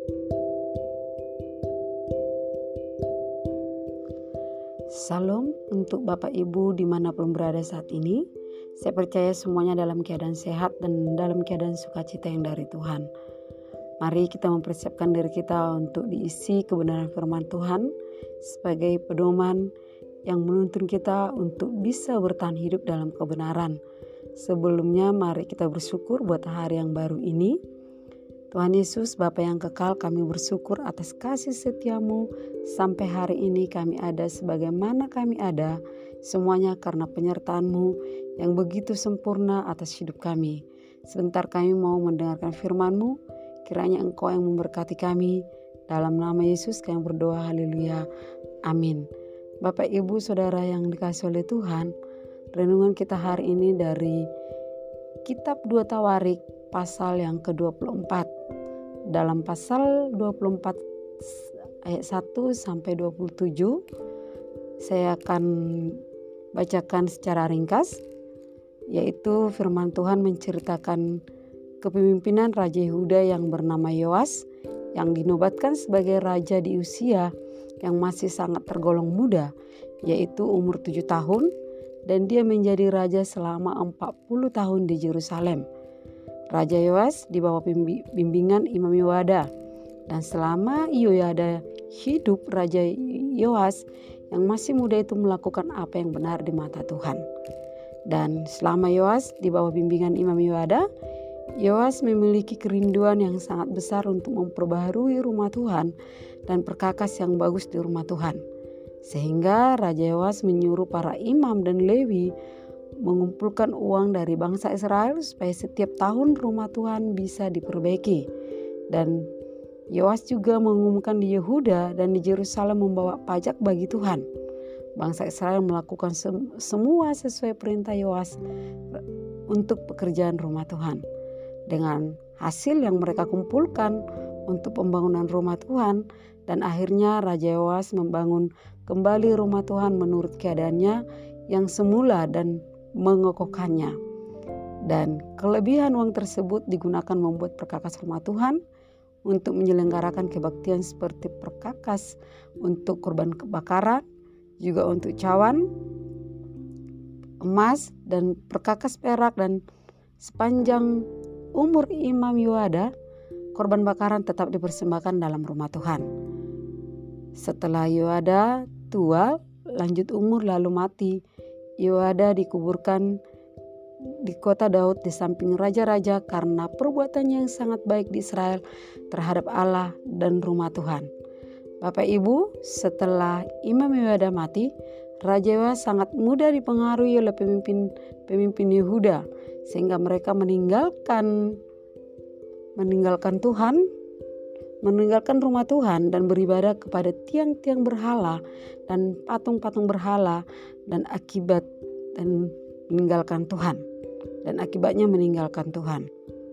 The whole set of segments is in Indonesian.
Salam untuk Bapak Ibu dimanapun berada saat ini. Saya percaya semuanya dalam keadaan sehat dan dalam keadaan sukacita yang dari Tuhan. Mari kita mempersiapkan diri kita untuk diisi kebenaran firman Tuhan sebagai pedoman yang menuntun kita untuk bisa bertahan hidup dalam kebenaran. Sebelumnya mari kita bersyukur buat hari yang baru ini. Tuhan Yesus, Bapa yang kekal, kami bersyukur atas kasih setia-Mu sampai hari ini kami ada sebagaimana kami ada, semuanya karena penyertaan-Mu yang begitu sempurna atas hidup kami. Sebentar kami mau mendengarkan firman-Mu, kiranya Engkau yang memberkati kami. Dalam nama Yesus kami berdoa, haleluya, amin. Bapak, Ibu, Saudara yang dikasihi oleh Tuhan, renungan kita hari ini dari Kitab 2 Tawarik pasal yang ke-24. Dalam pasal 24 ayat 1 sampai 27 saya akan bacakan secara ringkas, yaitu firman Tuhan menceritakan kepemimpinan Raja Yehuda yang bernama Yoas yang dinobatkan sebagai raja di usia yang masih sangat tergolong muda, yaitu umur 7 tahun, dan dia menjadi raja selama 40 tahun di Yerusalem. Raja Yoas di bawah bimbingan Imam Yoyada, dan selama Yoyada hidup, Raja Yoas yang masih muda itu melakukan apa yang benar di mata Tuhan. Dan selama Yoas di bawah bimbingan Imam Yoyada, Yoas memiliki kerinduan yang sangat besar untuk memperbaharui rumah Tuhan dan perkakas yang bagus di rumah Tuhan. Sehingga Raja Yoas menyuruh para imam dan Lewi mengumpulkan uang dari bangsa Israel supaya setiap tahun rumah Tuhan bisa diperbaiki. Dan Yoas juga mengumumkan di Yehuda dan di Yerusalem membawa pajak bagi Tuhan. Bangsa Israel melakukan semua sesuai perintah Yoas untuk pekerjaan rumah Tuhan. Dengan hasil yang mereka kumpulkan untuk pembangunan rumah Tuhan, dan akhirnya Raja Yoas membangun kembali rumah Tuhan menurut keadaannya yang semula dan mengokohkannya. Dan kelebihan uang tersebut digunakan membuat perkakas rumah Tuhan untuk menyelenggarakan kebaktian seperti perkakas untuk korban kebakaran, juga untuk cawan emas dan perkakas perak. Dan sepanjang umur Imam Yoyada, korban bakaran tetap dipersembahkan dalam rumah Tuhan. Setelah Yoyada tua, lanjut umur lalu mati, Yoyada dikuburkan di kota Daud di samping raja-raja karena perbuatannya yang sangat baik di Israel terhadap Allah dan rumah Tuhan. Bapak Ibu, setelah Imam Yoyada mati, Raja Yoas sangat mudah dipengaruhi oleh pemimpin Yehuda, sehingga mereka meninggalkan Tuhan, meninggalkan rumah Tuhan dan beribadah kepada tiang-tiang berhala dan patung-patung berhala, dan akibatnya meninggalkan Tuhan.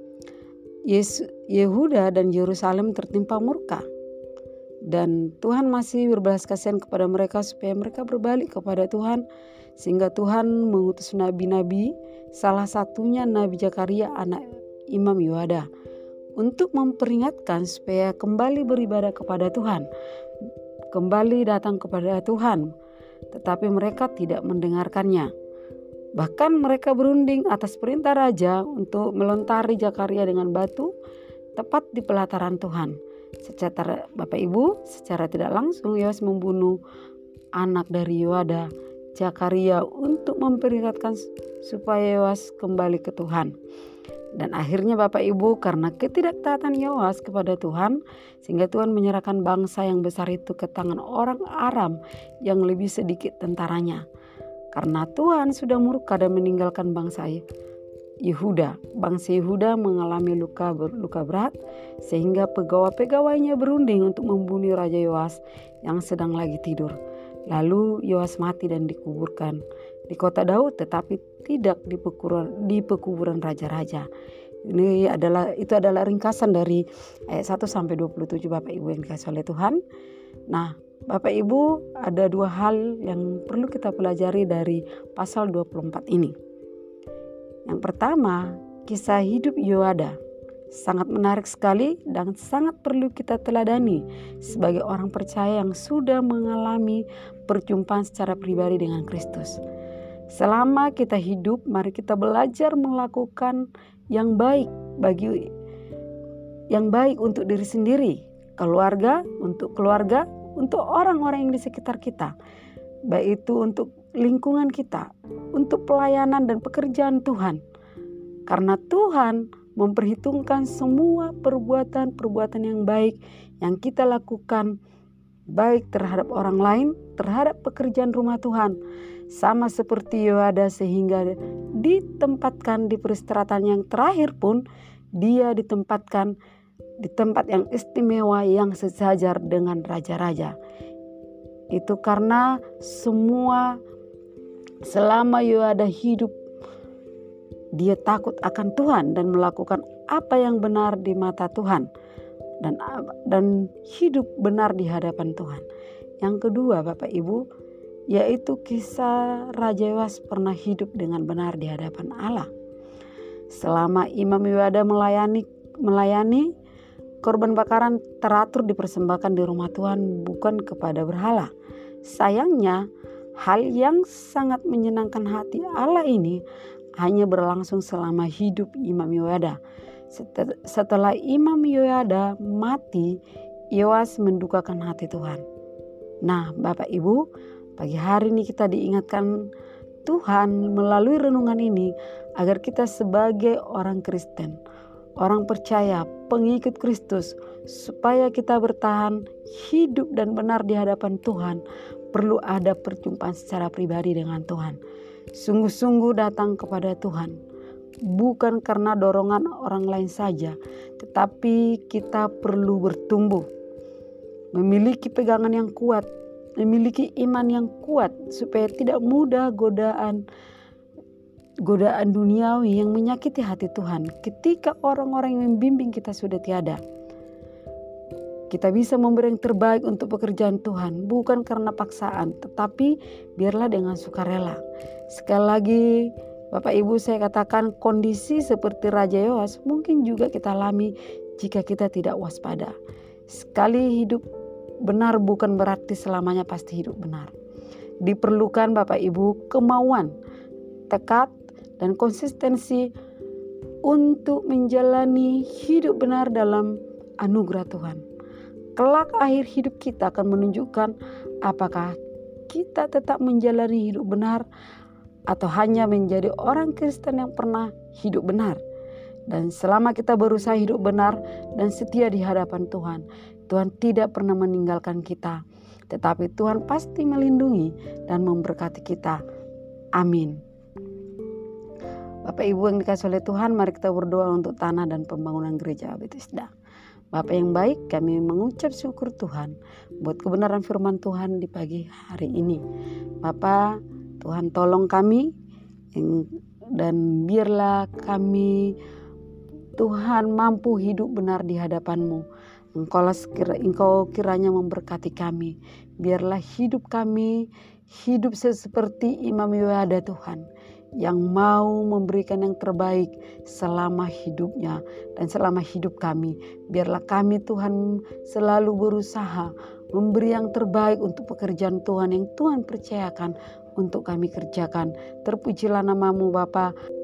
Yehuda dan Yerusalem tertimpa murka, dan Tuhan masih berbelas kasihan kepada mereka supaya mereka berbalik kepada Tuhan, sehingga Tuhan mengutus nabi-nabi, salah satunya Nabi Zakaria anak Imam Yoyada, untuk memperingatkan supaya kembali beribadah kepada Tuhan, kembali datang kepada Tuhan. Tetapi mereka tidak mendengarkannya. Bahkan mereka berunding atas perintah raja untuk melontari Zakaria dengan batu tepat di pelataran Tuhan. Secara Bapak Ibu, secara tidak langsung Yoas membunuh anak dari Yoyada, Zakaria, untuk memperingatkan supaya Yoas kembali ke Tuhan. Dan akhirnya Bapak Ibu, karena ketidaktaatan Yoas kepada Tuhan, sehingga Tuhan menyerahkan bangsa yang besar itu ke tangan orang Aram yang lebih sedikit tentaranya. Karena Tuhan sudah murka dan meninggalkan bangsa Yehuda. Bangsa Yehuda mengalami luka berat, sehingga pegawai-pegawainya berunding untuk membunuh Raja Yoas yang sedang lagi tidur. Lalu Yoas mati dan dikuburkan di kota Daud, tetapi tidak di pekuburan raja-raja. Itu adalah ringkasan dari ayat 1 sampai 27 Bapak Ibu yang dikasihi oleh Tuhan. Nah, Bapak Ibu, ada dua hal yang perlu kita pelajari dari pasal 24 ini. Yang pertama, kisah hidup Yoyada. Sangat menarik sekali dan sangat perlu kita teladani sebagai orang percaya yang sudah mengalami perjumpaan secara pribadi dengan Kristus. Selama kita hidup, mari kita belajar melakukan yang baik untuk diri sendiri, keluarga, untuk orang-orang yang di sekitar kita. Baik itu untuk lingkungan kita, untuk pelayanan dan pekerjaan Tuhan. Karena Tuhan memperhitungkan semua perbuatan-perbuatan yang baik yang kita lakukan, baik terhadap orang lain, terhadap pekerjaan rumah Tuhan. Sama seperti Yoada, sehingga ditempatkan di peristirahatan yang terakhir pun, dia ditempatkan di tempat yang istimewa yang sejajar dengan raja-raja. Itu karena selama Yoada hidup, dia takut akan Tuhan dan melakukan apa yang benar di mata Tuhan dan hidup benar di hadapan Tuhan. Yang kedua, Bapak Ibu, yaitu kisah Raja Yoas pernah hidup dengan benar di hadapan Allah. Selama Imam Yoada melayani, korban bakaran teratur dipersembahkan di rumah Tuhan, bukan kepada berhala. Sayangnya, hal yang sangat menyenangkan hati Allah ini hanya berlangsung selama hidup Imam Yoada. Setelah Imam Yoada mati, Yoas mendukakan hati Tuhan. Nah, Bapak Ibu, pagi hari ini kita diingatkan Tuhan melalui renungan ini agar kita sebagai orang Kristen, orang percaya, pengikut Kristus, supaya kita bertahan hidup dan benar di hadapan Tuhan, perlu ada perjumpaan secara pribadi dengan Tuhan. Sungguh-sungguh datang kepada Tuhan, bukan karena dorongan orang lain saja, tetapi kita perlu bertumbuh, memiliki pegangan yang kuat, memiliki iman yang kuat, supaya tidak mudah godaan duniawi yang menyakiti hati Tuhan. Ketika orang-orang yang membimbing kita sudah tiada, kita bisa memberi yang terbaik untuk pekerjaan Tuhan, bukan karena paksaan, tetapi biarlah dengan sukarela. Sekali lagi, Bapak Ibu, saya katakan kondisi seperti Raja Yoas mungkin juga kita alami jika kita tidak waspada. Sekali hidup benar bukan berarti selamanya pasti hidup benar. Diperlukan, Bapak Ibu, kemauan, tekad, dan konsistensi untuk menjalani hidup benar dalam anugerah Tuhan. Kelak akhir hidup kita akan menunjukkan apakah kita tetap menjalani hidup benar atau hanya menjadi orang Kristen yang pernah hidup benar. Dan selama kita berusaha hidup benar dan setia di hadapan Tuhan, Tuhan tidak pernah meninggalkan kita, tetapi Tuhan pasti melindungi dan memberkati kita. Amin. Bapak Ibu yang dikasihi oleh Tuhan, mari kita berdoa untuk tanah dan pembangunan gereja Bethesda. Bapak yang baik, kami mengucap syukur Tuhan buat kebenaran firman Tuhan di pagi hari ini. Bapak, Tuhan tolong kami dan biarlah kami, Tuhan, mampu hidup benar di hadapan-Mu. Engkau kiranya memberkati kami. Biarlah hidup kami hidup seperti Imam Yoada, Tuhan, yang mau memberikan yang terbaik selama hidupnya dan selama hidup kami. Biarlah kami, Tuhan, selalu berusaha memberi yang terbaik untuk pekerjaan Tuhan yang Tuhan percayakan untuk kami kerjakan. Terpujilah nama-Mu, Bapa.